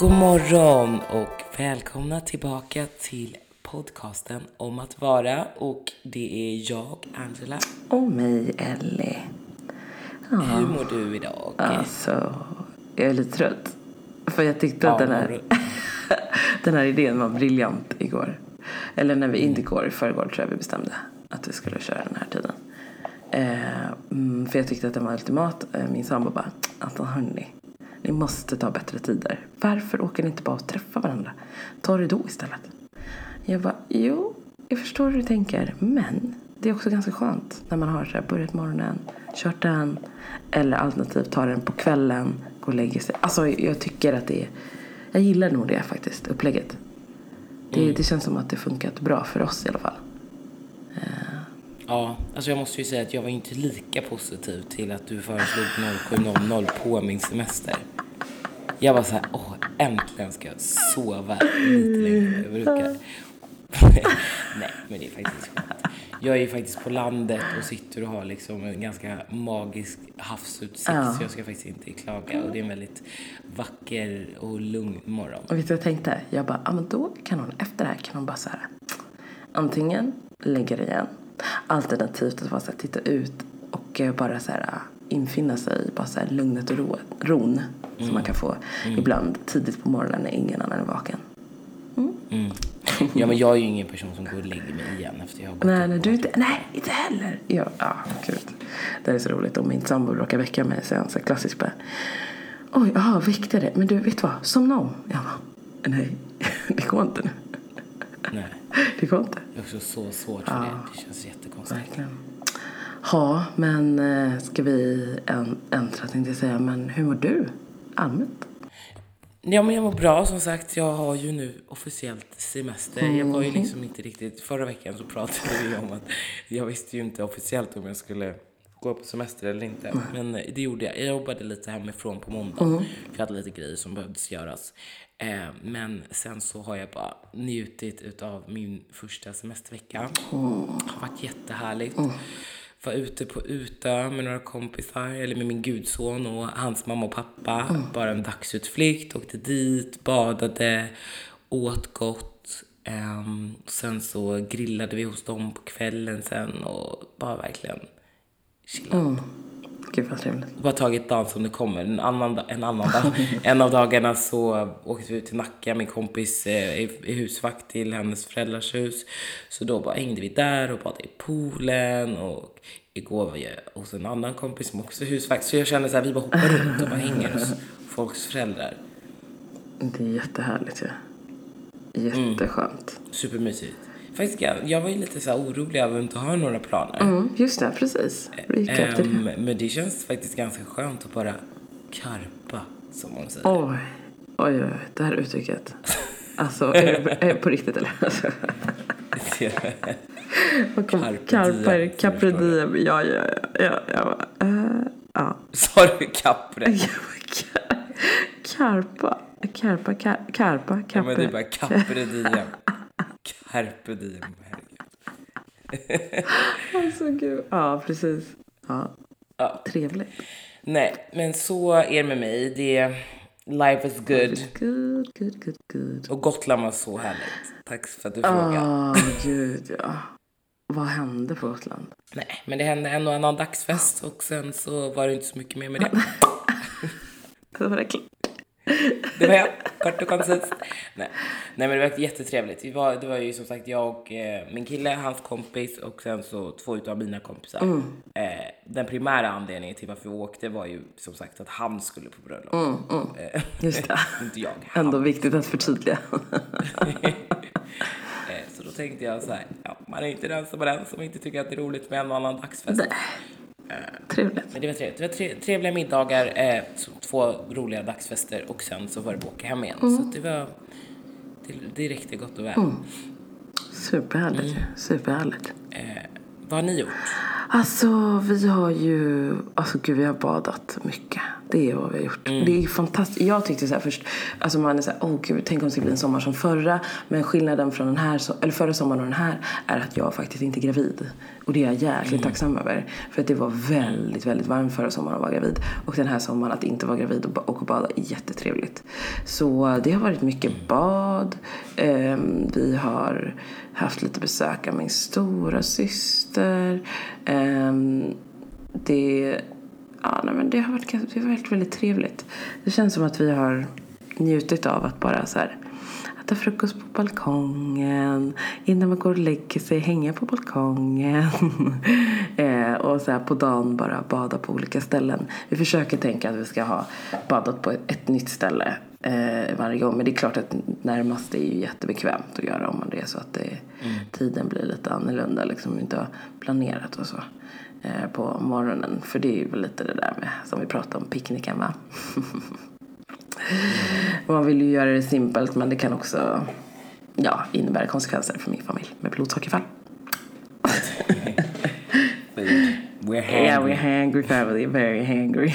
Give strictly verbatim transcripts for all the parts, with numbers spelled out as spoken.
God morgon och välkomna tillbaka till podcasten om att vara. Och det är jag, Angela. Och mig, Ellie. Ja. Hur mår du idag? Alltså, jag är lite trött. För jag tyckte ja, att den här, den här idén var briljant igår. Eller när vi inte går, i förrgår tror jag vi bestämde att vi skulle köra den här tiden. Eh, för jag tyckte att den var ultimat. Min sambo bara, Anton, hörni, ni måste ta bättre tider. Varför åker ni inte bara och träffa varandra? Ta det då istället. Jag bara, jo, jag förstår hur du tänker. Men det är också ganska skönt när man har så här, börjat morgonen, kört den. Eller alternativt tar den på kvällen, gå och lägger sig. Alltså jag tycker att det är, jag gillar nog det faktiskt, upplägget. Det, mm. det känns som att det funkat bra för oss i alla fall. Uh. Ja, alltså jag måste ju säga att jag var inte lika positiv till att du föreslog noll sju noll noll på min semester. Jag var så här, åh, äntligen ska jag sova lite längre än jag brukar. Nej, men det är faktiskt skönt. Jag är ju faktiskt på landet och sitter och har liksom en ganska magisk havsutsikt. Ja. Så jag ska faktiskt inte klaga. Och det är en väldigt vacker och lugn morgon. Och vet du vad jag tänkte? Jag bara, ja men då kan hon, efter det här kan hon bara så här, antingen lägga det igen. Alternativt att bara så här, titta ut och bara så här infinna sig, bara så här lugnet och ro, ron mm. som man kan få mm. ibland tidigt på morgonen när ingen annan är vaken. Mm. Mm. Ja, men jag är ju ingen person som går och lägger mig igen efter jag har gått nej, nej, du inte, nej, inte heller. Ja, ja, gud. Det är så roligt om min sambo råkar väcka mig så är han så klassiskt bara, oj, jaha, väckte det. Men du, vet vad? Somna om. Jag bara, nej, det går inte nu. Nej. Det går inte. Det är också så svårt för ja. det. Det känns jättekonstigt. Verkligen. Ja, men ska vi äntra, tänkte jag säga. Men hur mår du allmänt? Ja, men jag mår bra. Som sagt, jag har ju nu officiellt semester. Mm. Jag var ju liksom inte riktigt... Förra veckan så pratade vi om att jag visste ju inte officiellt om jag skulle gå på semester eller inte. Mm. Men det gjorde jag. Jag jobbade lite hemifrån på måndag. Mm. För jag hade lite grejer som behövdes göras. Eh, men sen så har jag bara njutit utav min första semestervecka. Mm. Det har varit jättehärligt. Mm. Var ute på Utö med några kompisar, eller med min gudson och hans mamma och pappa. Mm. Bara en dagsutflykt, åkte dit, badade, åt gott. Um, sen så grillade vi hos dem på kvällen sen och bara verkligen chillat. Mm. Gud vad trevligt. Bara tagit dagen som det kommer. En annan, en annan dag. En av dagarna så åkte vi ut till Nacka. Min kompis är i husvakt till hennes föräldrars hus. Så då bara hängde vi där och badade i poolen. Och igår var jag hos en annan kompis som också är husvakt. Så jag kände så här, vi bara hoppar runt och bara hänger hos folks föräldrar. Det är jättehärligt, ja. Jätteskönt. Mm. Supermysigt. Faktiskt, jag, jag var ju lite så här orolig över att inte ha några planer. Mm, just det, precis. Det um, men det känns faktiskt ganska skönt att bara karpa, som man säger. Oj, oj, oj, det här uttrycket. Alltså, är det, är det på riktigt eller? Alltså. Karpa, capre diem. Ja, ja, ja, ja. Uh, ja. Sa du capre? Karpa, karpa, karpa, karpa. Ja, men det är bara capre diem. Carpe diem, herregud. Alltså gud. Ja, precis. Ja. Ja. Trevligt. Nej, men så är det med mig. Det är life is good. Good, good, good, good. Och Gotland var så härligt. Tack för att du frågade. Åh, oh, gud, ja. Vad hände på Gotland? Nej, men det hände en och annan dagsfest. Och sen så var det inte så mycket mer med det. Det var det klart. Det var jag, kort och koncist. Nej. Nej, men det var jättetrevligt. Vi var, det var ju som sagt jag och eh, min kille, hans kompis och sen så två utav mina kompisar. Mm. Eh, den primära anledningen till varför vi åkte var ju som sagt att han skulle på bröllop. Mm, mm. Eh, Just det. Inte jag. Han. Ändå viktigt att förtydliga. eh, så då tänkte jag så här, ja, man är inte den som är den som inte tycker att det är roligt med en och annan dagsfest. Nej. Trevligt. Men det var trevligt. Det var tre, trevliga middagar, eh, två roliga dagsfester och sen så var det på åka hem igen. Mm. Så det var det, det räckte gott och väl. Mm. Superhärligt. Mm. Superhärligt. Eh, vad har ni gjort? Alltså vi har ju, alltså gud vi har badat mycket. Det är vad vi har gjort. Mm. Det är fantastiskt. Jag tyckte så här först, alltså man är så här, åh gud, tänk om det ska bli en sommar som förra. Men skillnaden från den här, eller förra sommaren och den här är att jag faktiskt inte är gravid. Och det är jag jäkligt mm. tacksam över. För att det var väldigt, väldigt varmt förra sommaren att vara gravid. Och den här sommaren att inte vara gravid och, och bada är jättetrevligt. Så det har varit mycket bad. Um, vi har haft lite besök av min stora syster. Um, det Ja, nej, men det har varit, det har varit väldigt trevligt. Det känns som att vi har njutit av att bara så här, äta frukost på balkongen, innan man går och lägger sig, hänga på balkongen eh, och så här på dagen bara bada på olika ställen. Vi försöker tänka att vi ska ha badat på ett, ett nytt ställe eh, varje gång, men det är klart att närmast är ju jättebekvämt att göra om man det är så att det, mm. tiden blir lite annorlunda, liksom inte har planerat och så på morgonen, för det är ju lite det där med som vi pratade om picknicken, va? Man vill ju göra det simpelt, men det kan också ja, innebära konsekvenser för min familj med blodsockerfall. We're hungry. Yeah, we're hungry family, very hungry.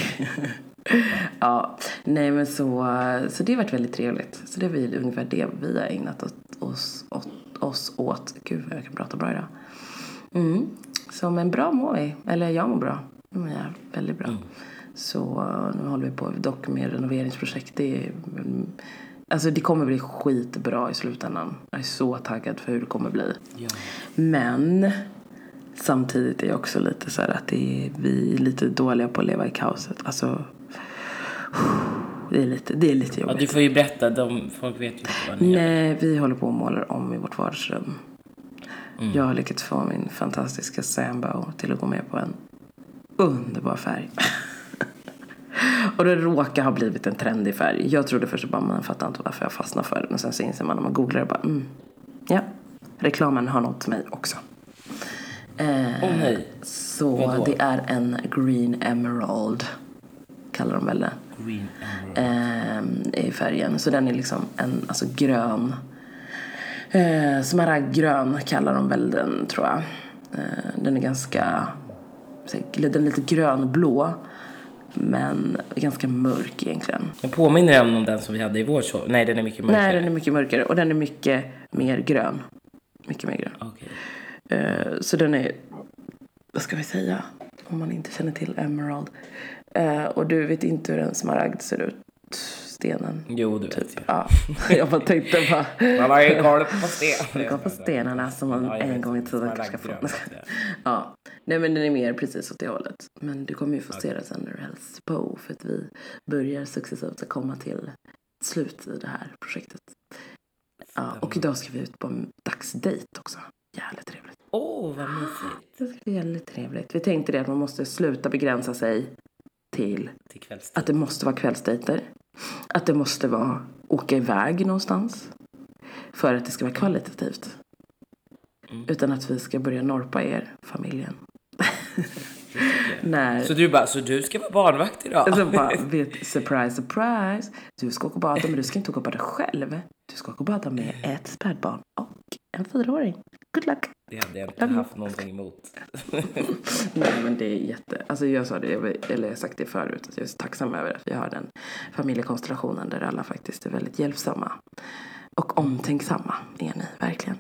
Ja, nej men så så det har varit väldigt trevligt. Så det är väl ungefär det vi har ägnat oss oss åt, oss åt. Gud, jag kan prata bra idag. Mm. Så men bra mår vi. Eller jag mår bra. Mm, ja, väldigt bra. Mm. Så nu håller vi på dock med renoveringsprojekt. Det är, alltså det kommer bli skitbra i slutändan. Jag är så taggad för hur det kommer bli. Ja. Men samtidigt är jag också lite så här att det är, vi är lite dåliga på att leva i kaoset. Alltså det är lite, det är lite jobbigt. Ja, du får ju berätta. De, folk vet ju inte vad ni Nej, gör. vi håller på och målar om i vårt vardagsrum. Mm. Jag har lyckats få min fantastiska sambo till att gå med på en underbar färg. Och det råkar ha blivit en trendig färg. Jag trodde först bara, man fattar inte varför jag fastnar för den. Och sen så inser man när man googlar bara, mm, ja, reklamen har nått mig också. Eh, oh, nej. Så det är en green emerald, kallar de väl det. Green emerald. Eh, i färgen. Så den är liksom en alltså grön. Eh, smaragdgrön kallar de väl den, tror jag. Eh, den är ganska, den är lite grönblå, men ganska mörk egentligen. Den påminner om den som vi hade i vår show. Nej, den är mycket mörkare. Nej, den är mycket mörkare och den är mycket mer grön. Mycket mer grön. Okay. Eh, så den är, vad ska vi säga om man inte känner till emerald. Eh, och du vet inte hur en smaragd ser ut. Stenen. Jo, du typ. vet jag. Ja, jag bara tänkte bara. Man har ju koll på sten. Koll på stenarna som man ja, en gång i tiden kanske ska få. Ja, nej men den är mer precis åt det hållet. Men du kommer ju få se det sen när du helst på. För att vi börjar successivt att komma till slut i det här projektet. Ja, och idag ska vi ut på en dagsdejt också. Jävligt trevligt. Åh, oh, vad mysigt. Det ska bli väldigt trevligt. Vi tänkte det att man måste sluta begränsa sig till, till att det måste vara kvällsdejter. Att det måste vara åka iväg någonstans. För att det ska vara kvalitativt. Mm. Utan att vi ska börja norpa er, familjen. När... Så du bara, så du ska vara barnvakt idag? Alltså bara, vet, surprise, surprise. Du ska åka och bada, men du ska inte åka och bada själv. Du ska åka och bada med ett spädbarn och en fyraåring. Good luck. Det hade jag inte haft någonting emot. Nej, men det är jätte... Alltså jag sa det, eller jag har sagt det förut. Att jag är så tacksam över att vi har den familjekonstellationen där alla faktiskt är väldigt hjälpsamma. Och omtänksamma är ni, verkligen.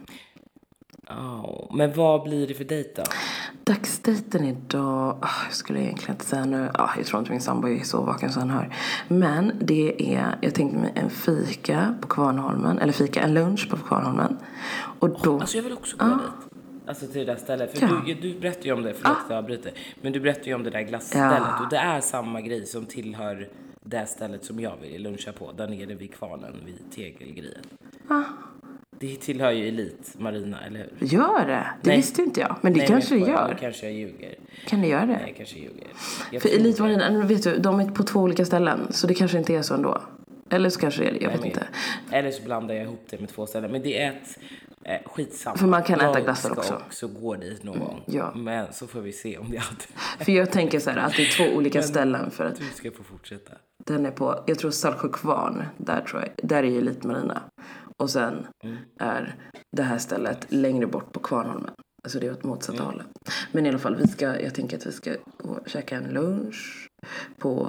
Oh, men vad blir det för dejt då? Dagsdejten idag, oh, jag skulle egentligen inte säga nu, oh, jag tror inte min sambo är så vaken så han hör. Men det är, jag tänkte mig en fika på Kvarnholmen, eller fika, en lunch på Kvarnholmen. Och då, oh, alltså jag vill också gå ah, dit. Alltså till det där stället. För ja. du, du berättade ju om det, förlåt ah. jag avbryter. Men du berättade ju om det där glassstället. Ja. Och det är samma grej som tillhör det stället som jag vill luncha på. Där nere vid kvarnen, vid tegelgrejen. Ah. Det tillhör ju Elit Marina, eller hur? Gör det? Det Nej. visste inte jag. Men det Nej, kanske det gör. Nu kanske jag ljuger. Kan det göra det? Nej, kanske jag ljuger. Jag För Elit Marina, vet du, de är på två olika ställen. Så det kanske inte är så ändå. Eller så kanske det är det, jag Nej, vet men, inte. Eller så blandar jag ihop det med två ställen. Men det är ett eh, skitsamma. För man kan äta glassar också. Och så går dit någon mm, gång. Ja. Men så får vi se om det alltid. För jag tänker så här att det är två olika men, ställen. För att du ska få fortsätta. Den är på, jag tror Saltsjö Kvarn. Där tror jag, där är ju Elit Marina. Och sen mm. är det här stället längre bort på Kvarnholmen. Alltså det är åt motsatta mm. hållet. Men i alla fall, vi ska, jag tänker att vi ska gå och käka en lunch på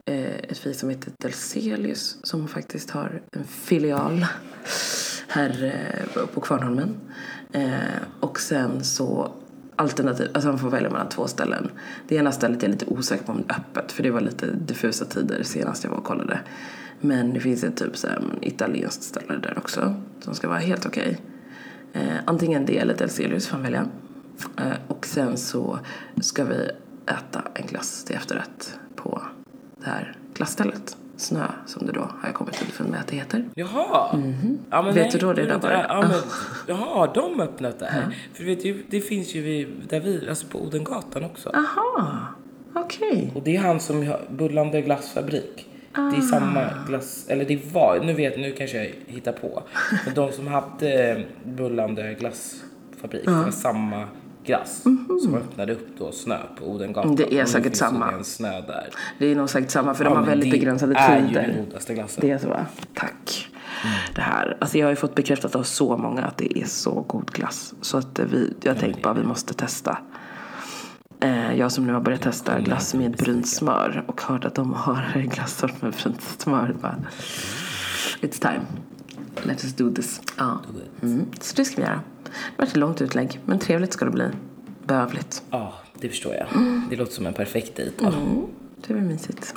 eh, ett fik som heter Delselius som faktiskt har en filial här eh, på Kvarnholmen. Eh, och sen så alternativ, alltså man får välja mellan två ställen. Det ena stället är lite osäker på om det är öppet, för det var lite diffusa tider senast jag var och kollade. Men det finns ett typ så här, italienskt ställe där också som ska vara helt okej. Eh, antingen det eller Delselius får man välja. Eh, och sen så ska vi äta en glass till efterrätt på det här glassstället. Snö, som det då har jag kommit till med att det heter. Jaha! Mm-hmm. Ja, men vet nej, du då det där var? Ja, men, jaha, de har öppnat det här. Ja. För vet du, det finns ju vid, där vi, alltså på Odengatan också. Aha, okej. Okay. Och det är han som har Bullande glassfabrik. Ah. Det är samma glass, eller det var, nu vet nu kanske jag hittar på. Men de som hade Bullande glassfabrik, ah. det var samma glass mm-hmm. som öppnade upp då snö på Odengatan. Det är säkert samma. En snö där. Det är nog säkert samma, för ja, de har väldigt begränsade tider. Det är ju den godaste glassen. Det är så, va? Tack. Mm. Det här, alltså jag har ju fått bekräftat av så många att det är så god glass. Så att vi, jag ja, tänkte bara att vi måste testa. Eh, jag som nu har börjat testa glass med brynt smör och hört att de har glassort med brynt smör. Bara, it's time. Let us do this. Ja. Mm. Så det ska vi göra. Det var ett långt utlägg, men trevligt ska det bli. Behövligt. Ja, det förstår jag. Mm. Det låter som en perfekt dejt. Mm. Det var mysigt.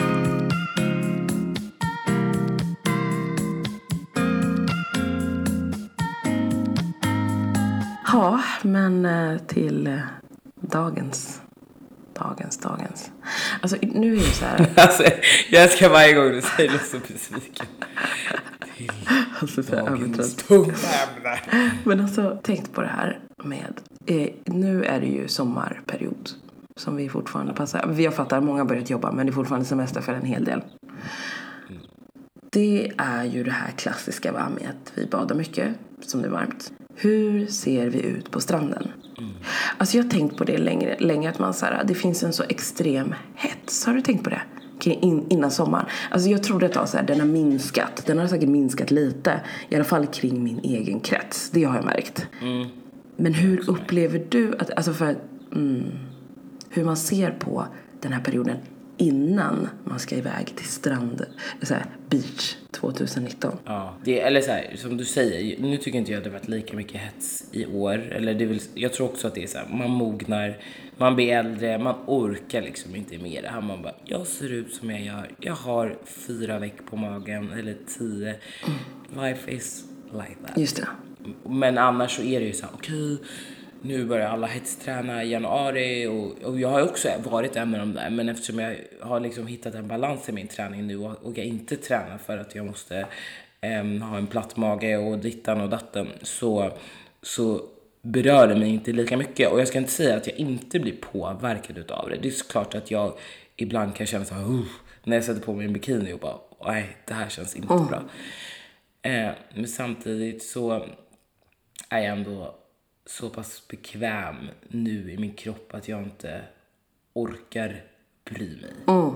Ja, men till dagens, dagens, dagens. Alltså nu är det så här. Alltså, jag ska varje gång du säger det så besviken. Till alltså, dagens tunga ämne. Men alltså, tänkt på det här med, eh, nu är det ju sommarperiod som vi fortfarande passar. Vi har fattat, många har börjat jobba, men det är fortfarande semester för en hel del. Mm. Det är ju det här klassiska, va, med att vi badar mycket, som det är varmt. Hur ser vi ut på stranden? Mm. Alltså jag har tänkt på det längre, länge att man så här, det finns en så extrem hets. Har du tänkt på det? In, innan sommaren. Alltså jag tror att så här, den har minskat. Den har säkert minskat lite. I alla fall kring min egen krets. Det har jag märkt. Mm. Men hur upplever du att, alltså för, mm, hur man ser på den här perioden innan man ska iväg till strand, så här, beach tjugonitton. Ja, det, eller så här, som du säger, nu tycker inte jag att det har varit lika mycket hets i år. Eller det vill, jag tror också att det är så här, man mognar, man blir äldre, man orkar liksom inte mer det här. Man bara, jag ser ut som jag gör, jag har fyra veck på magen, eller tio. Mm. Life is like that. Just det. Men annars så är det ju så här, okej, okay, nu börjar alla hetsträna i januari och, och jag har också varit en med dem där, men eftersom jag har liksom hittat en balans i min träning nu och, och jag inte tränar för att jag måste um, ha en platt mage och dittan och datten, så, så berör det mig inte lika mycket. Och jag ska inte säga att jag inte blir påverkad utav det. Det är klart att jag ibland kan känna så här, uh, när jag sätter på mig en bikini och bara, nej, det här känns inte mm. bra. Uh, men samtidigt så är jag ändå så pass bekväm nu i min kropp att jag inte orkar bry mig. Mm.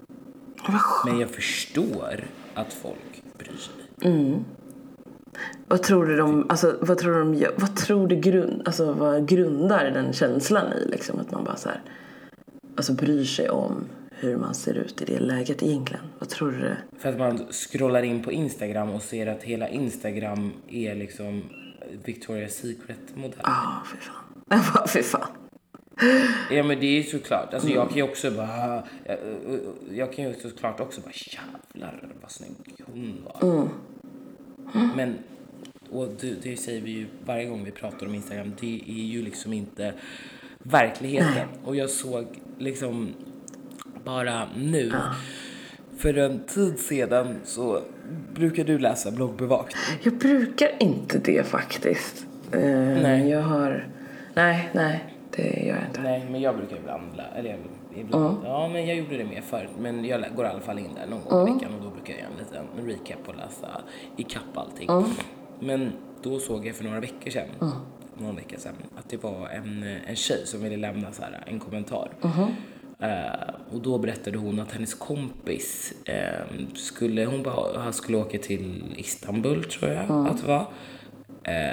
Men jag förstår att folk bryr sig. Mm. Vad tror du de, alltså vad tror de gör, vad tror du grund, alltså vad grundar den känslan i liksom, att man bara så här, alltså bryr sig om hur man ser ut i det läget egentligen? Vad tror du det? För att man scrollar in på Instagram och ser att hela Instagram är liksom Victoria's Secret-modell. Ja, ah, för fan. För fan. Ja, men det är ju såklart. Alltså jag kan ju också bara... Jag, jag kan ju såklart också bara, jävlar vad snygg hon var. Mm. Mm. Men, och det, det säger vi ju varje gång vi pratar om Instagram, det är ju liksom inte verkligheten. Nej. Och jag såg liksom bara nu... Ja. För en tid sedan så brukar du läsa bloggbevakning. Jag brukar inte det faktiskt. Uh, nej. Jag har... Nej, nej, det gör jag inte. Nej, men jag brukar ibland... Eller jag, ibland mm. Ja, men jag gjorde det mer förut. Men jag går i alla fall in där någon gång mm. i veckan. Och då brukar jag göra en liten recap och läsa i kapp allting. Mm. Men då såg jag för några veckor sedan, mm. någon vecka sedan, att det var en, en tjej som ville lämna så här, en kommentar. Mm. Uh, och då berättade hon att hennes kompis uh, skulle, hon bara, han skulle åka till Istanbul, tror jag mm. att det var. Uh,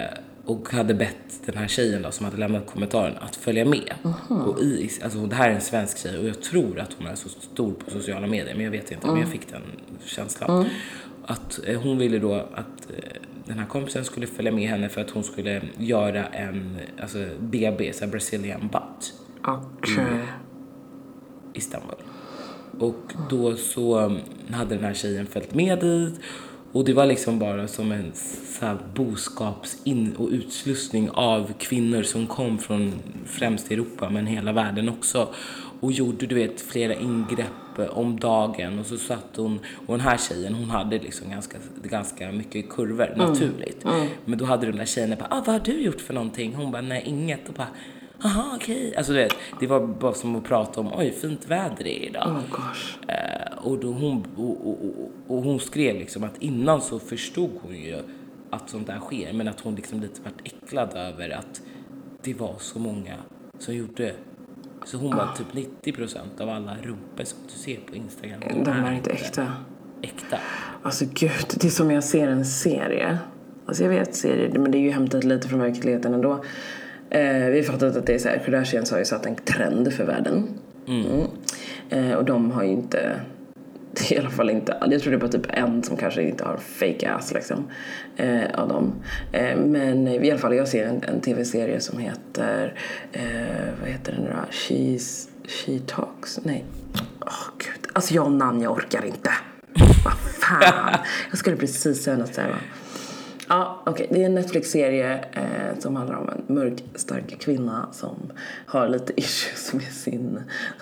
och hade bett den här tjejen då, som hade lämnat kommentaren att följa med. Uh-huh. Och i, alltså, det här är en svensk tjej och jag tror att hon är så stor på sociala medier, men jag vet inte, uh-huh. men jag fick den känslan. Uh-huh. Att eh, hon ville då att eh, den här kompisen skulle följa med henne för att hon skulle göra en alltså, B B, så här Brazilian butt. Okay. I Istanbul. Och då så hade den här tjejen följt med dit. Och det var liksom bara som en så här boskaps-in- och utslussning av kvinnor som kom från främst Europa men hela världen också. Och gjorde, du vet, flera ingrepp om dagen. Och så satt hon, och den här tjejen, hon hade liksom ganska, ganska mycket kurvor, mm. naturligt. Mm. Men då hade den där tjejen bara, ah, vad har du gjort för någonting? Hon bara, nej, inget. Och bara, aha, okej. Okay. Alltså du vet, det var bara som att prata om, oj, fint väder det är idag. Oh gosh. Eh, och, då hon, och, och, och, och hon skrev liksom att innan så förstod hon ju att sånt där sker. Men att hon liksom lite varit äcklad över att det var så många som gjorde. Så hon var typ nittio procent av alla rumpor som du ser på Instagram. De, de är inte äkta. Äkta. Alltså gud, det är som jag ser en serie. Alltså jag vet serier, men det är ju hämtat lite från verkligheten ändå. Eh, vi har fattat att det är så här, Kardashians har ju satt en trend för världen. Mm. Mm. Eh, och de har ju inte, i alla fall inte, jag tror det är bara typ en som kanske inte har fake ass liksom, eh, av dem. Eh, men i alla fall, jag ser en, en tv-serie som heter, eh, vad heter den då? She's, She Talks? Nej. Åh oh, gud, alltså jag och namn, jag orkar inte. Vad fan. Jag skulle precis säga något där, va? Ja, okej. Okay. Det är en Netflix-serie eh, som handlar om en mörk, stark kvinna som har lite issues med sin,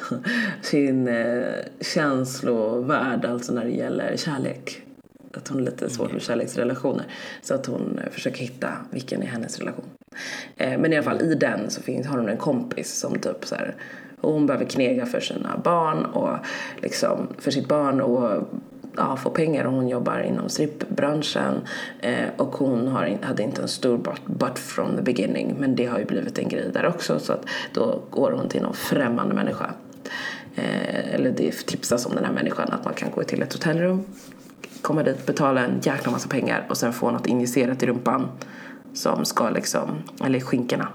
sin eh, känslovärld, alltså när det gäller kärlek. Att hon är lite svårt med kärleksrelationer. Så att hon eh, försöker hitta vilken är hennes relation. Eh, men i alla fall, i den så finns, har hon en kompis som typ så här, hon behöver knega för sina barn och liksom för sitt barn och ja, få pengar, och hon jobbar inom strippbranschen eh, och hon har, hade inte en stor butt from the beginning, men det har ju blivit en grej där också, så att då går hon till någon främmande människa eh, eller det tipsas om den här människan att man kan gå till ett hotellrum, komma dit, betala en jäkla massa pengar och sen få något injicerat i rumpan som ska liksom, eller skinkorna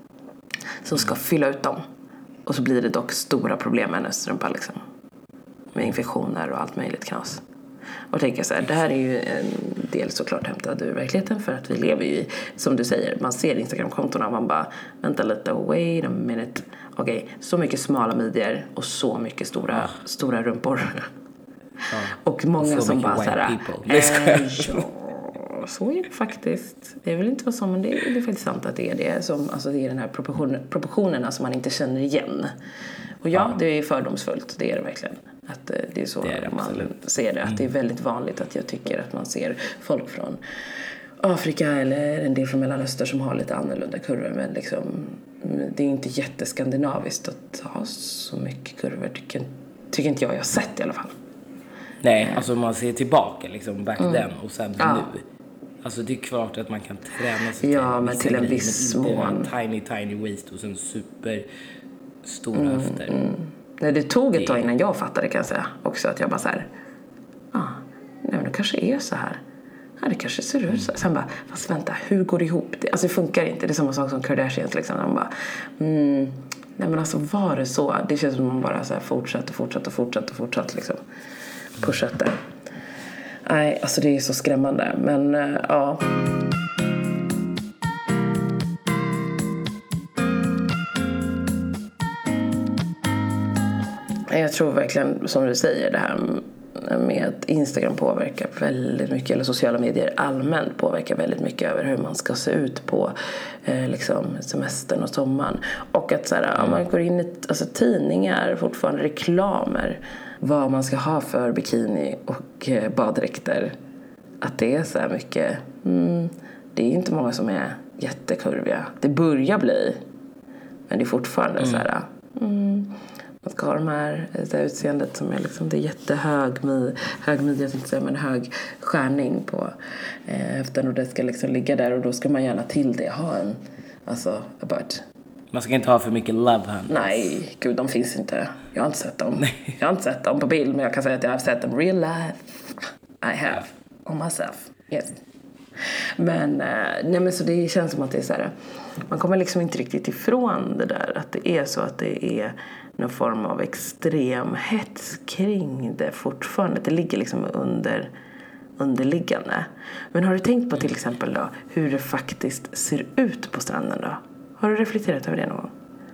som ska fylla ut dem, och så blir det dock stora problem med hennes rumpa liksom, med infektioner och allt möjligt knas. Och tänker så här, det här är ju en del såklart hämtad ur verkligheten, för att vi lever ju i, som du säger, man ser Instagram-kontona och man bara, vänta lite, wait a minute. Okej, okay, så mycket smala midjor och så mycket stora, ja. stora rumpor. Ja. Och många och som bara så här, äh, ja, så är det faktiskt. Det är väl inte så, men det är, det är faktiskt sant att det är det. Som, alltså det är den här proportion, proportionerna som man inte känner igen. Och ja, ja, det är fördomsfullt, det är det verkligen. Att det är så det är det, man absolut. ser det. Att mm. det är väldigt vanligt att jag tycker att man ser folk från Afrika eller en del från Mellanöstern som har lite annorlunda kurvor. Men liksom, det är inte jätteskandinaviskt att ha så mycket kurvor. Tycker, tycker inte jag jag har sett i alla fall. Nej, alltså man ser tillbaka liksom back mm. then och sen ja. nu. Alltså det är klart att man kan träna sig ja, till, men till en grej, viss men mån. Tiny, tiny waist och sen super stora mm, höfter. Mm. Nej, det tog ett tag innan jag fattade, kan jag säga. Också att jag bara så här, ah, nej men det kanske är så här. Ja, det kanske ser ut så här. Sen bara, fast vänta, hur går det ihop? Det, alltså det funkar inte. Det är samma sak som Kardashians liksom. De bara, mm, nej men alltså var det så? Det känns som att man bara så här fortsätter, fortsätter, fortsätter, fortsätter liksom. Fortsätter. Nej, alltså det är så skrämmande. Men äh, ja... Jag tror verkligen, som du säger, det här med att Instagram påverkar väldigt mycket, eller sociala medier allmänt påverkar väldigt mycket över hur man ska se ut på eh, liksom semestern och sommaren. Och att så här, mm. om man går in i alltså, tidningar, fortfarande reklamer, vad man ska ha för bikini och eh, baddräkter. Att det är så här mycket, mm, det är inte många som är jättekurviga. Det börjar bli, men det är fortfarande mm. så här, mm, man ska ha de här, det här utseendet som är liksom, det är jättehög med, hög midja, jag tänkte säga, men hög skärning på eh, höften, och det ska liksom ligga där, och då ska man gärna till det ha en, alltså, about. Man ska inte ha för mycket love handles. Nej, gud, de finns inte. Jag har inte sett dem. Jag har inte sett dem på bild, men jag kan säga att jag har sett dem real life. I have. On myself. Yes. Men, nej men så det känns som att det är så här, man kommer liksom inte riktigt ifrån det där, att det är så att det är någon form av extrem hets kring det fortfarande. Det ligger liksom under underliggande. Men har du tänkt på till exempel då hur det faktiskt ser ut på stranden då? Har du reflekterat över det någon gång?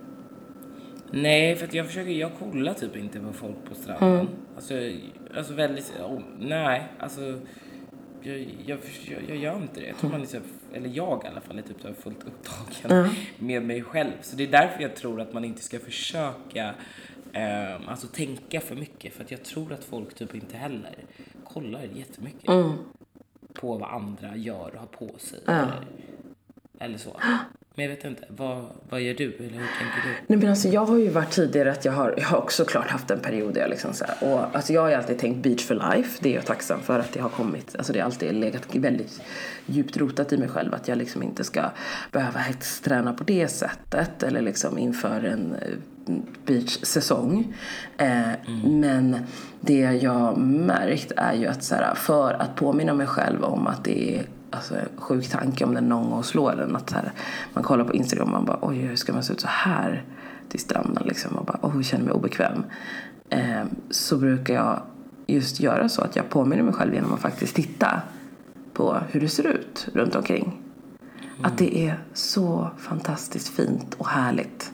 Nej, för att jag försöker, jag kollar typ inte på folk på stranden. Mm. Alltså, alltså väldigt, oh, nej, alltså jag, jag, jag, jag gör inte det. Jag tror man är så, eller jag i alla fall är typ så fullt upptagen mm. med mig själv. Så det är därför jag tror att man inte ska försöka eh, alltså tänka för mycket. För att jag tror att folk typ inte heller kollar jättemycket mm. på vad andra gör och har på sig. Mm. Eller, eller så. Men jag vet inte, vad, vad gör du eller hur tänker du? Nej men alltså jag har ju varit tidigare att jag har, jag har också klart haft en period där jag liksom så här, och alltså jag har ju alltid tänkt beach for life, det är jag tacksam för att det har kommit, alltså det har alltid legat väldigt djupt rotat i mig själv att jag liksom inte ska behöva hetsträna på det sättet eller liksom inför en beach-säsong. Eh, mm. Men det jag märkt är ju att så här, för att påminna mig själv om att det är alltså sjuk tanke om den någon gång slår den, att här, man kollar på Instagram och man bara, oj hur ska man se ut så här till stranden liksom, och bara, oj jag känner mig obekväm. Eh, så brukar jag just göra så att jag påminner mig själv genom att faktiskt titta på hur det ser ut runt omkring. Mm. Att det är så fantastiskt fint och härligt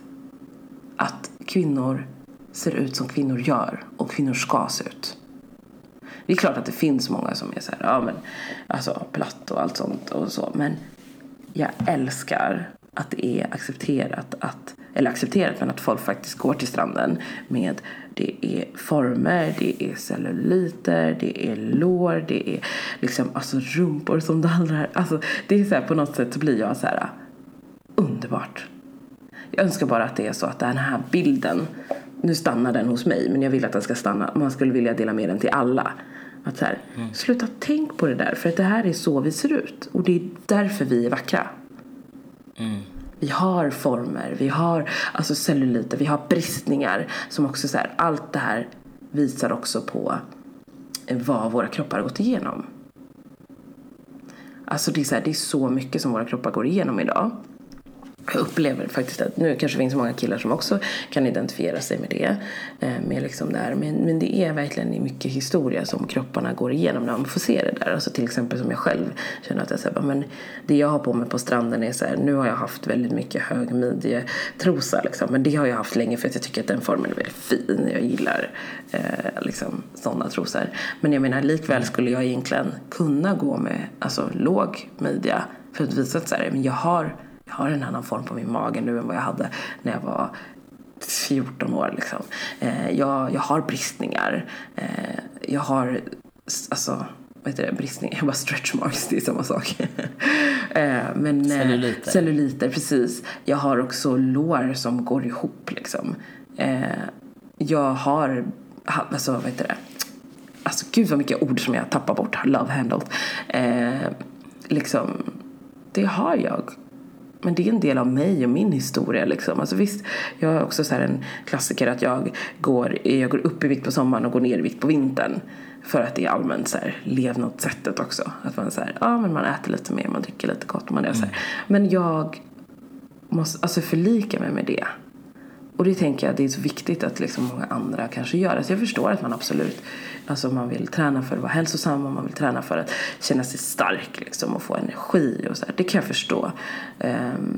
att kvinnor ser ut som kvinnor gör och kvinnor ska se ut. Det är klart att det finns många som är så här, ja men alltså platt och allt sånt och så, men jag älskar att det är accepterat att, eller accepterat men att folk faktiskt går till stranden med, det är former, det är celluliter, det är lår, det är liksom alltså rumpor som dallrar, alltså det är så här, på något sätt så blir jag så här underbart. Jag önskar bara att det är så att den här bilden, nu stannar den hos mig, men jag vill att den ska stanna, man skulle vilja dela med den till alla. Att så här, mm. sluta tänk på det där, för att det här är så vi ser ut. Och det är därför vi är vackra. Mm. Vi har former, vi har alltså celluliter, vi har bristningar som också så här, allt det här visar också på vad våra kroppar har gått igenom. Alltså det är så här, det är så mycket som våra kroppar går igenom idag. Jag upplever faktiskt att nu kanske finns många killar som också kan identifiera sig med det. Med liksom där. Men, men det är verkligen mycket historia som kropparna går igenom när man får se det där. Alltså till exempel som jag själv känner att jag säger, men det jag har på mig på stranden är så här, nu har jag haft väldigt mycket högmidjetrosa liksom. Men det har jag haft länge för att jag tycker att den formen är väldigt fin. Jag gillar eh, liksom sådana trosor. Men jag menar likväl skulle jag egentligen kunna gå med alltså låg midja för att visa att så här, men jag har Jag har en annan form på min mage nu än vad jag hade när jag var fjorton år. Liksom. Eh, jag, jag har bristningar. Eh, jag har, alltså, vad heter det, bristningar? Jag bara stretch marks, det är samma sak. eh, men, celluliter. Celluliter, precis. Jag har också lår som går ihop. Liksom. Eh, jag har, alltså, vad heter det? Alltså, gud vad mycket ord som jag tappar bort. Love handled. Eh, liksom, det har jag. Men det är en del av mig och min historia liksom. Alltså visst, jag har också så här en klassiker att jag går, jag går upp i vikt på sommaren och går ner i vikt på vintern. För att det är allmänt så här levnadssättet också. Att man så här, ja men man äter lite mer, man dricker lite gott, man är så här. Men jag måste alltså förlika mig med det. Och det tänker jag, det är så viktigt att liksom många andra kanske gör. Alltså jag förstår att man absolut, alltså man vill träna för att vara hälsosam och man vill träna för att känna sig stark liksom och få energi och så här. Det kan jag förstå. Um,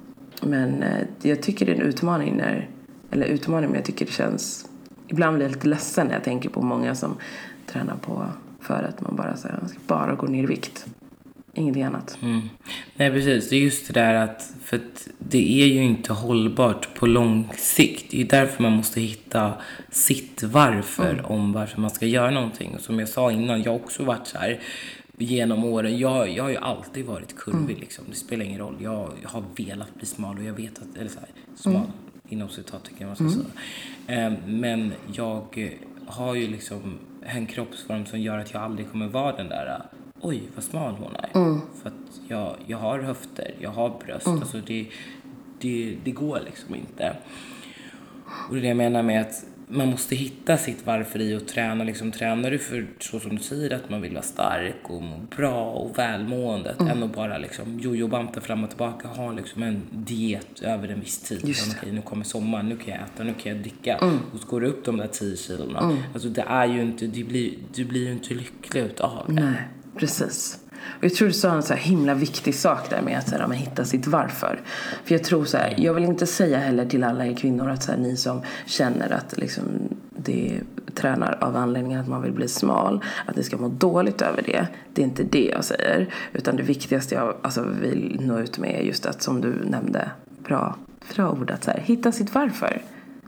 men uh, jag tycker det är en utmaning när, eller utmaning men jag tycker det känns, ibland blir jag lite ledsen när jag tänker på många som tränar på för att man bara, så här, man ska bara gå ner i vikt. Ingenting annat. Mm. Nej precis, det är just det där att, för att det är ju inte hållbart på lång sikt. Det är därför man måste hitta sitt varför mm. om varför man ska göra någonting. Och som jag sa innan, jag har också varit så här genom åren. Jag, jag har ju alltid varit kurvig mm. liksom. Det spelar ingen roll. Jag, jag har velat bli smal och jag vet att, eller så här, smal mm. inom citat tycker jag man ska mm. säga. Um, men jag har ju liksom en kroppsform som gör att jag aldrig kommer vara den där, oj vad smal hon är. Mm. För att jag, jag har höfter, jag har bröst. Mm. Alltså det, det, det går liksom inte. Och det jag menar med att man måste hitta sitt varför i att träna. Liksom, tränar du för, så som du säger, att man vill vara stark och må bra och välmående, mm. än att bara liksom jojo-banta fram och tillbaka, ha liksom en diet över en viss tid. Liksom, okej, nu kommer sommaren, nu kan jag äta, nu kan jag dricka. Mm. Och så går du upp de där tio kilorna. Mm. Alltså det är ju inte, du blir, du blir ju inte lycklig utav det. Nej, precis. Och jag tror du sa en så här himla viktig sak där med att så här, man hittar sitt varför. För jag tror så här, jag vill inte säga heller till alla er kvinnor att så här, ni som känner att liksom, det tränar av anledningen att man vill bli smal, att ni ska må dåligt över det. Det är inte det jag säger. Utan det viktigaste jag alltså, vill nå ut med är just att, som du nämnde, bra, bra ord, att så här, hitta sitt varför.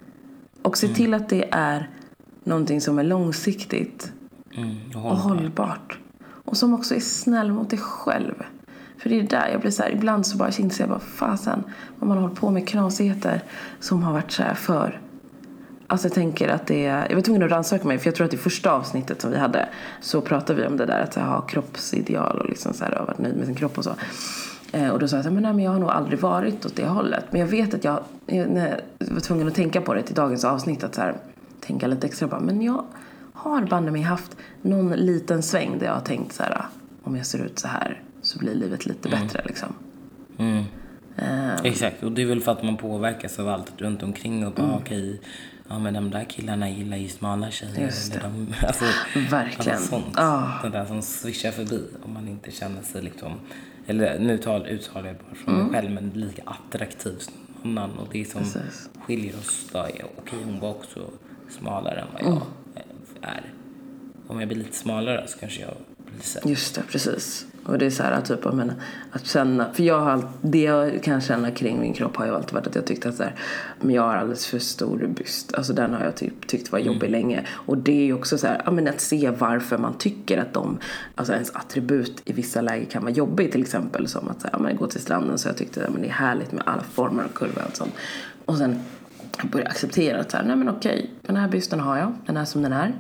Och se till att det är någonting som är långsiktigt mm, och, och hållbart. Och som också är snäll mot dig själv. För det är där jag blir så här, ibland så bara inser jag bara, fasen, vad man håller på med knasigheter som har varit så här för. Alltså jag tänker att det är, jag var tvungen att rannsaka mig, för jag tror att i första avsnittet som vi hade så pratade vi om det där att så här, ha kroppsideal och liksom så här, ha varit nöjd med sin kropp och så. Eh, och då sa jag så här, men, nej, men jag har nog aldrig varit åt det hållet. Men jag vet att jag, jag var tvungen att tänka på det till dagens avsnitt, att så här, tänka lite extra bara, men jag har bandet mig haft någon liten sväng där jag har tänkt så här, om jag ser ut så här så blir livet lite mm. bättre liksom. Mm. Um, Exakt, och det är väl för att man påverkas av allt runt omkring och bara mm. okej, ja men de där killarna gillar ju smala tjejer. Just det. Eller de, alltså, verkligen. Alltså sånt, oh. det där som svischar förbi om man inte känner sig liksom, eller nu tal, uttalar jag bara från mm. mig själv, men lika attraktiv som någon annan. Och det som Precis. skiljer oss då är, okej, hon var också smalare än vad jag mm. är. Om jag blir lite smalare så kanske jag blir så. Just det, precis. Och det är så här typ av, men att känna, för jag har det jag kan känna kring min kropp har ju alltid varit att jag tyckte att så här, men jag har alldeles för stor byst. Alltså den har jag typ tyckt var jobbig mm. länge. Och det är ju också så här, ja, men att se varför man tycker att de, alltså ens attribut i vissa lägen kan vara jobbig, till exempel som att så här, ja, men gå till stranden, så jag tyckte att det är härligt med alla former och kurvor och sånt. Och sen börja acceptera att så här, nej men okej, den här bysten har jag, den är som den är.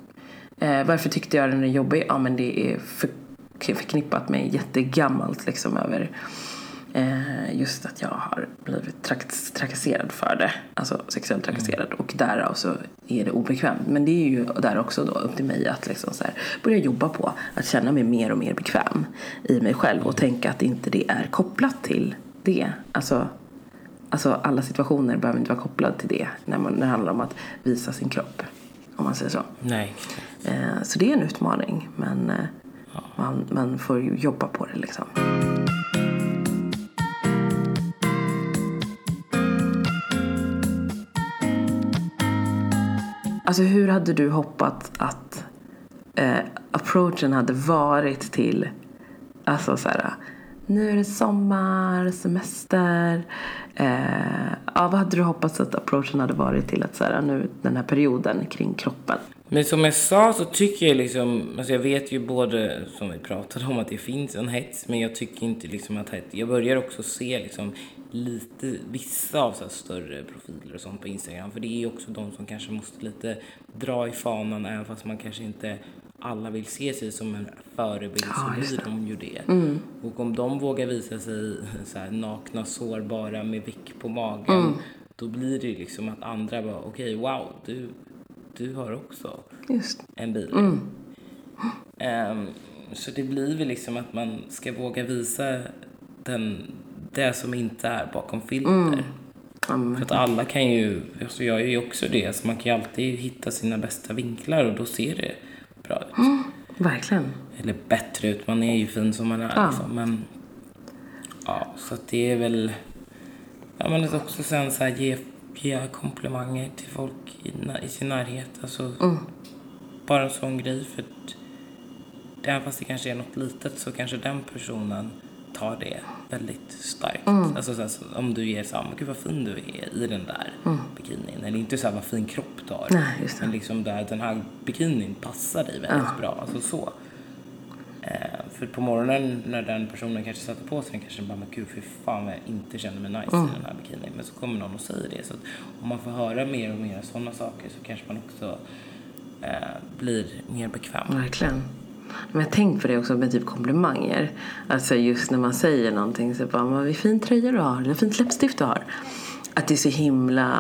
Eh, varför tyckte jag den är jobbig? Ja, men det är för, förknippat med jättegammalt liksom över eh, just att jag har blivit traks, trakasserad för det. Alltså sexuellt trakasserad. Mm. Och därav så är det obekvämt. Men det är ju där också då upp till mig att liksom så här, börja jobba på att känna mig mer och mer bekväm i mig själv. Och tänka att inte det är kopplat till det. Alltså, alltså alla situationer behöver inte vara kopplade till det. När, man, när det handlar om att visa sin kropp. Om man säger så. Nej. Eh, så det är en utmaning. Men eh, ja. man, man får ju jobba på det liksom. Alltså hur hade du hoppat att eh, approachen hade varit till, alltså så här, nu är det sommar, semester. Eh, ja, vad hade du hoppats att approachen hade varit till att så här, nu den här perioden kring kroppen? Men som jag sa så tycker jag liksom, alltså jag vet ju både som vi pratade om att det finns en hets, men jag tycker inte liksom att hets, jag börjar också se liksom lite vissa av så här större profiler och sånt på Instagram, för det är ju också de som kanske måste lite dra i fanan, även fast man kanske inte alla vill se sig som en förebild, så ja, blir de ju det. Mm. Och om de vågar visa sig så här nakna, sårbara med vick på magen, mm. då blir det ju liksom att andra bara, okej, okay, wow, du, du har också Just. en bil. Mm. Um, så det blir väl liksom att man ska våga visa den, det som inte är bakom filter. Mm. Mm. För att alla kan ju, alltså jag är ju också det, så man kan ju alltid hitta sina bästa vinklar och då ser det bra ut. Mm, verkligen. Eller bättre ut, man är ju fin som man är. Ja. Liksom. Men ja, så att det är väl, ja, men det också sen så här ge, ge komplimanger till folk i, i sin närhet. Alltså mm. bara en sån grej, för att även fast det kanske är något litet så kanske den personen tar det väldigt starkt. Mm. Alltså så här, så, om du ger så här, gud vad fin du är i den där mm. bikinin. Eller inte så här vad fin kropp du har. Nej, just det. Men liksom där den här bikinin passar dig väldigt ja. bra. Alltså så. Eh, för på morgonen när den personen kanske sätter på sig den kanske bara, men gud för fan vad jag inte känner mig nice mm. i den här bikinin. Men så kommer någon och säger det. Så att om man får höra mer och mer sådana saker så kanske man också eh, blir mer bekväm. Verkligen. Men jag tänkt på det också med typ komplimanger. Alltså just när man säger någonting så bara, vad fin tröja du har, eller fint läppstift du har. Att det är så himla,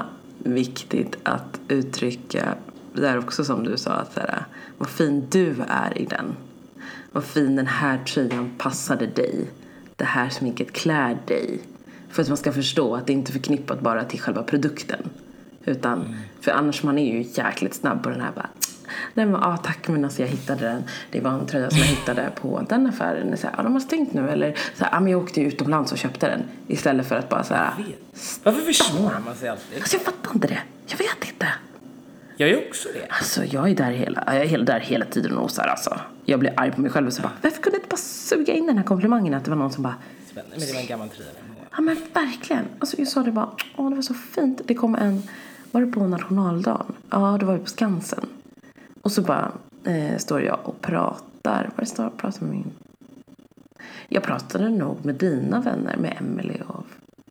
viktigt att uttrycka där också, som du sa, att så här, vad fin du är i den. Vad fin den här tröjan passade dig. Det här sminket klär dig. För att man ska förstå att det inte är förknippat bara till själva produkten. Utan, mm. för annars man är ju jäkligt snabb på den här bara, nej men ah, tack men alltså jag hittade den. Det var en tröja som jag hittade på den affären. Så här, ah, de har stängt nu. Eller så här, ah, men jag åkte utomlands och köpte den. Istället för att bara så här. Varför försvarar man sig alltid? Alltså jag fattar inte det. Jag vet inte. Jag är också det. Alltså jag är där hela, jag är hela, där hela tiden och nosar alltså. Jag blir arg på mig själv och så bara, varför kunde jag inte bara suga in den här komplimangen att det var någon som bara, spännande, men det var en gammal tröja. Ja men verkligen. Alltså jag sa det bara, åh det var så fint. Det kom en, var det på nationaldagen? Ja, det var ju på Skansen. Och så bara eh, står jag och pratar. Vad står jag pratar med min? Jag pratade nog med dina vänner, med Emily och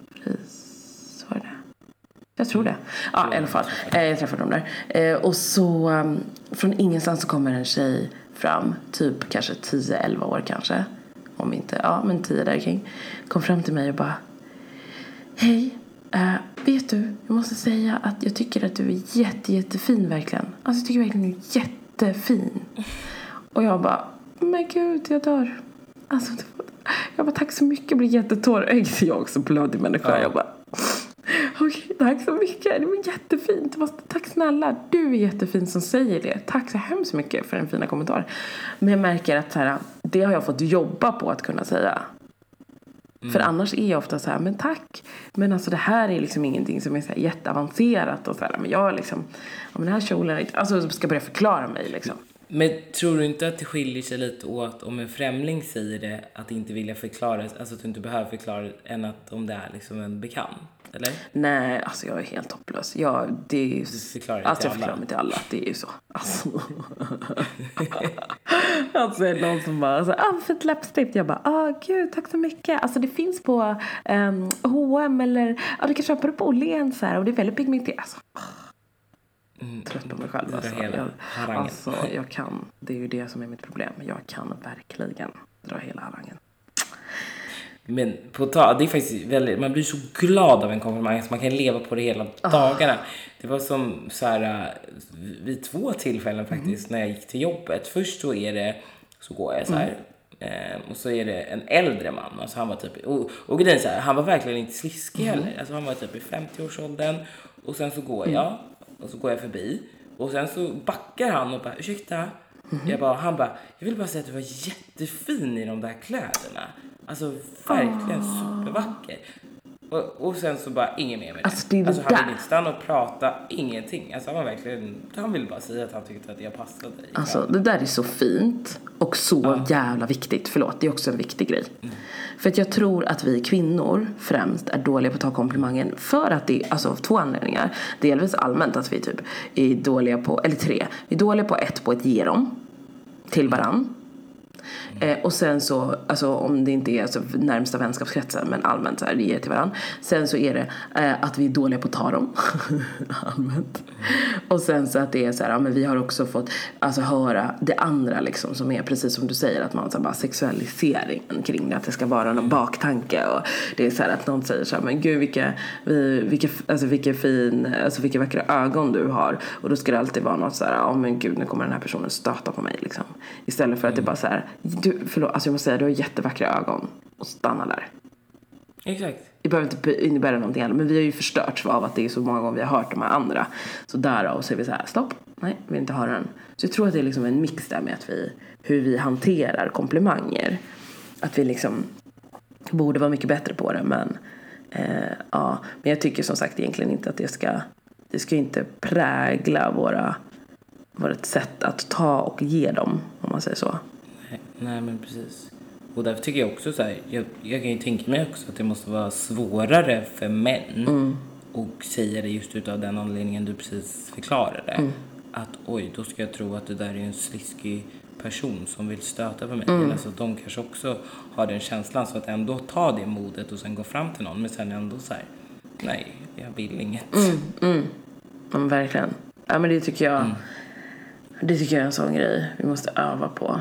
Fris. Var det? Jag tror det. Ja, i alla fall. Eh, jag träffade dem där. Eh, och så um, från ingenstans så kommer en tjej fram. Typ kanske tio elva år kanske. Om inte, ja men tio där kring. Kom fram till mig och bara, hej, uh, vet du, jag måste säga att jag tycker att du är jätte, jättefin verkligen. Alltså jag tycker verkligen du är jättefin. Och jag bara, men gud, jag dör. Alltså, jag bara, tack så mycket, jag blir jättetårögd. Jag också blödig människa. Ja. Jag bara, okej, tack så mycket, det var jättefint. Tack snälla, du är jättefin som säger det. Tack så hemskt mycket för en fina kommentar. Men jag märker att så här, det har jag fått jobba på att kunna säga. Mm. För annars är jag ofta så här, men tack. Men alltså det här är liksom ingenting som är så här jätteavancerat. Och så här, men jag liksom, om den här kjolen är, alltså ska börja förklara mig liksom. Men tror du inte att det skiljer sig lite åt om en främling säger det, att inte vilja förklara, alltså att du inte behöver förklara, än att om det är liksom en bekant, eller? Nej, alltså jag är helt hopplös. Jag, det är ju, du förklarar det alltså till jag förklarar alla. mig till alla, det är ju så. Alltså, alltså är det någon som bara, alltså, ah, för ett läppstift. Jag bara, ah gud, tack så mycket. Alltså det finns på um, H och M eller, ja ah, du kan köpa det på Åhléns så här, och det är väldigt pigmenterat. Alltså. Mm, trött på mig själv alltså. Jag, alltså jag kan, det är ju det som är mitt problem. Jag kan verkligen dra hela harangen. Men på ta, det är faktiskt väldigt, man blir så glad av en komplimang så man kan leva på det hela oh. dagarna. Det var som så här vid två tillfällen faktiskt mm. när jag gick till jobbet. Först så är det, så går jag så här mm. eh, och så är det en äldre man, alltså han var typ, och, och grejen så här, han var verkligen inte sliskig mm. heller. Alltså han var typ i femtio-årsåldern och sen så går jag mm. och så går jag förbi och sen så backar han och bara, ursäkta. Mm-hmm. Jag bara, han bara, jag vill bara säga att du var jättefin i de där kläderna. Alltså verkligen oh. supervacker. Och, och sen så bara ingen mer med det. Alltså, det alltså han ville inte stanna och prata, ingenting. Alltså han var verkligen, han ville bara säga att han tyckte att jag passade i. Alltså det där är så fint och så ja. jävla viktigt. Förlåt, det är också en viktig grej. Mm. För att jag tror att vi kvinnor främst är dåliga på att ta komplimangen. För att det är, alltså av två anledningar. Delvis allmänt att vi typ är dåliga på, eller tre. Vi är dåliga på ett, på att ge dem till varann. Eh, och sen så, alltså om det inte är alltså, närmsta vänskapskretsen, men allmänt så här, det ger till varandra. Sen så är det eh, att vi är dåliga på att ta dem. allmänt. Och sen så att det är så här, ja, men vi har också fått alltså, höra det andra liksom, som är precis som du säger, att man så här, bara sexualiseringen kring det, att det ska vara någon baktanke. Och det är så här att någon säger så här, men gud vilka, vi, vilka, alltså, vilka fin, alltså vilka vackra ögon du har. Och då ska det alltid vara något så här, ja oh, men gud nu kommer den här personen stöta på mig liksom. Istället för att det bara så här, du, förlåt, alltså jag måste säga, du har jättevackra ögon. Och stanna där. Exakt. Det behöver inte innebära någonting annat. Men vi har ju förstörts av att det är så många gånger vi har hört de här andra. Så därav så är vi så här, stopp. Nej, vi vill inte höra den. Så jag tror att det är liksom en mix där med att vi, hur vi hanterar komplimanger. Att vi liksom borde vara mycket bättre på det. Men eh, ja, men jag tycker som sagt egentligen inte att det ska, det ska inte prägla våra, vårt sätt att ta och ge dem, om man säger så. Nej, nej men precis. Och därför tycker jag också så här, jag, jag kan ju tänka mig också att det måste vara svårare för män mm. och säga det just utav den anledningen du precis förklarade. Mm. Att oj, då ska jag tro att det där är en sliskig person som vill stöta på mig. Mm. Alltså att de kanske också har den känslan, så att ändå ta det modet och sen gå fram till någon. Men sen ändå så här, nej, jag vill inget. Mm, mm. Men verkligen. Ja, men det tycker jag, mm. det tycker jag är en sån grej vi måste öva på.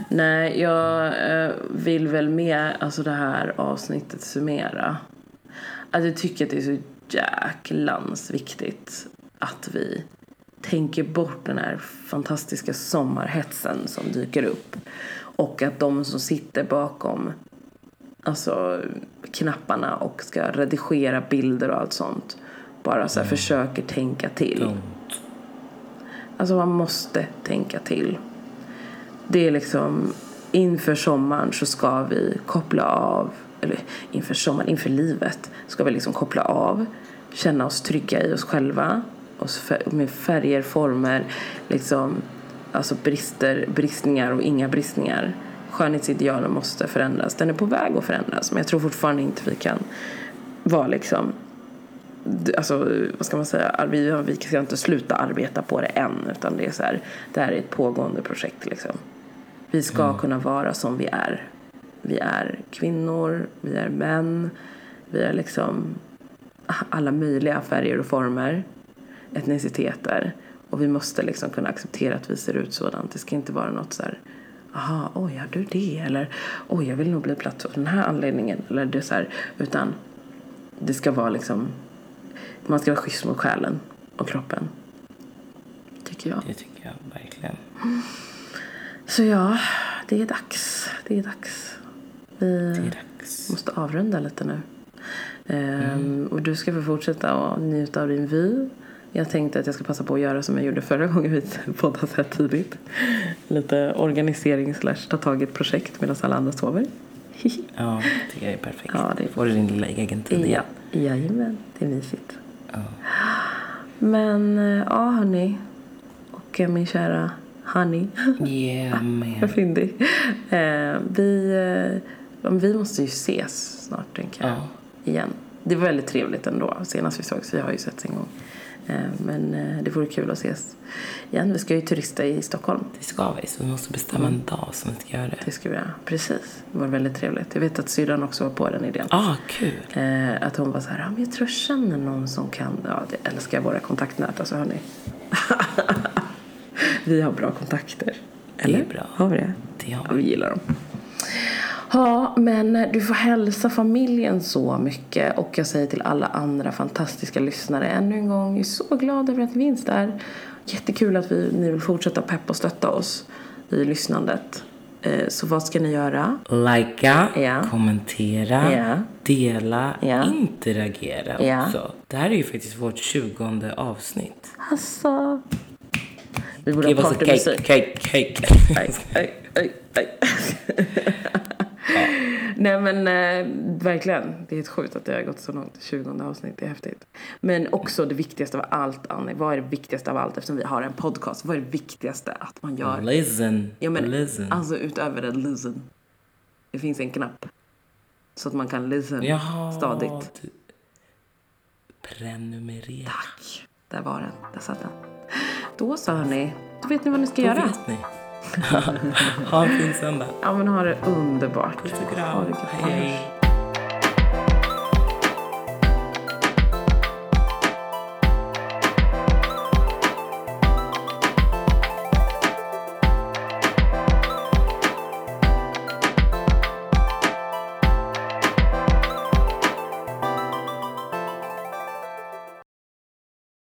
Nej, jag eh, vill väl med alltså det här avsnittet summera. Att jag tycker att det är så jäklans viktigt att vi tänker bort den här fantastiska sommarhetsen som dyker upp. Och att de som sitter bakom alltså knapparna och ska redigera bilder och allt sånt bara så här mm. försöker tänka till. Mm. Alltså man måste tänka till. Det är liksom inför sommaren så ska vi koppla av, eller inför sommaren, inför livet ska vi liksom koppla av, känna oss trygga i oss själva och med färger, former, liksom alltså brister, bristningar och inga bristningar. Skönhetsidealen måste förändras. Den är på väg att förändras, men jag tror fortfarande inte vi kan vara liksom, alltså vad ska man säga, vi, vi ska inte sluta arbeta på det än, utan det är så här, det här är ett pågående projekt liksom. Vi ska mm. kunna vara som vi är. Vi är kvinnor, vi är män, vi är liksom alla möjliga färger och former, etniciteter, och vi måste liksom kunna acceptera att vi ser ut sådant. Det ska inte vara något så här, aha, oj, har du det? Eller, oj, jag vill nog bli platt av den här anledningen. Eller det så här, utan det ska vara liksom, man ska vara schysst mot själen och kroppen. Tycker jag. Det tycker jag verkligen. Så ja, det är dags. Det är dags. Vi det är dags. måste avrunda lite nu. Mm. Um, och du ska få fortsätta att njuta av din vy. Jag tänkte att jag ska passa på att göra som jag gjorde förra gången vi poddade så här tidigt. Lite organisering slash ta tag i ett projekt medan alla andra sover. Ja, det tycker jag är perfekt. Ja, det är... Får du din lilla egen tid igen? Ja, jajamän, det är mysigt. Ja. Men, ja hörni. Och min kära honey. Yeah, man. Vad fyndig. Eh, vi, eh, vi måste ju ses snart, tänker jag. Ja. Igen. Det var väldigt trevligt ändå. Senast vi sågs, vi har ju sett en gång. Men det vore kul att ses igen. Vi ska ju turista i Stockholm. Det ska vi, så vi måste bestämma mm. en dag som vi ska göra det. Det ska vi göra, precis. Det var väldigt trevligt. Jag vet att syrran också var på den idén. Ah, kul. Eh, att hon var så här, ja, men jag tror jag känner någon som kan. Ja, det älskar våra kontaktnät, alltså hörni. Vi har bra kontakter. Eller? Det är bra. Har vi det? Det har vi. Ja, vi gillar dem. Ja, men du får hälsa familjen så mycket. Och jag säger till alla andra fantastiska lyssnare ännu en gång, jag är så glad över att ni finns där. Jättekul att vi, ni vill fortsätta peppa och stötta oss i lyssnandet. eh, Så vad ska ni göra? Lajka, ja. kommentera, ja. dela, ja. interagera ja. också. Det här är ju faktiskt vårt tjugonde avsnitt. Alltså, vi borde Give ha us a partymusik. cake, cake, cake. Aj, aj, aj, aj. Ja. Nej men eh, verkligen, det är ett sjukt att det har gått så långt. tjugonde avsnitt, det är häftigt. Men också det viktigaste av allt, Annie. Vad är det viktigaste av allt eftersom vi har en podcast? Vad är det viktigaste att man gör? Listen, ja, men, listen. Alltså utöver det, listen. Det finns en knapp. Så att man kan listen Jaha, stadigt. Du... Prenumerera. Tack, där var den, där satt den. Då så hörni, då vet ni vad ni ska då göra. Vet ni. Ha en fin söndag. Ja men ha det underbart. Puss och kram. Hej.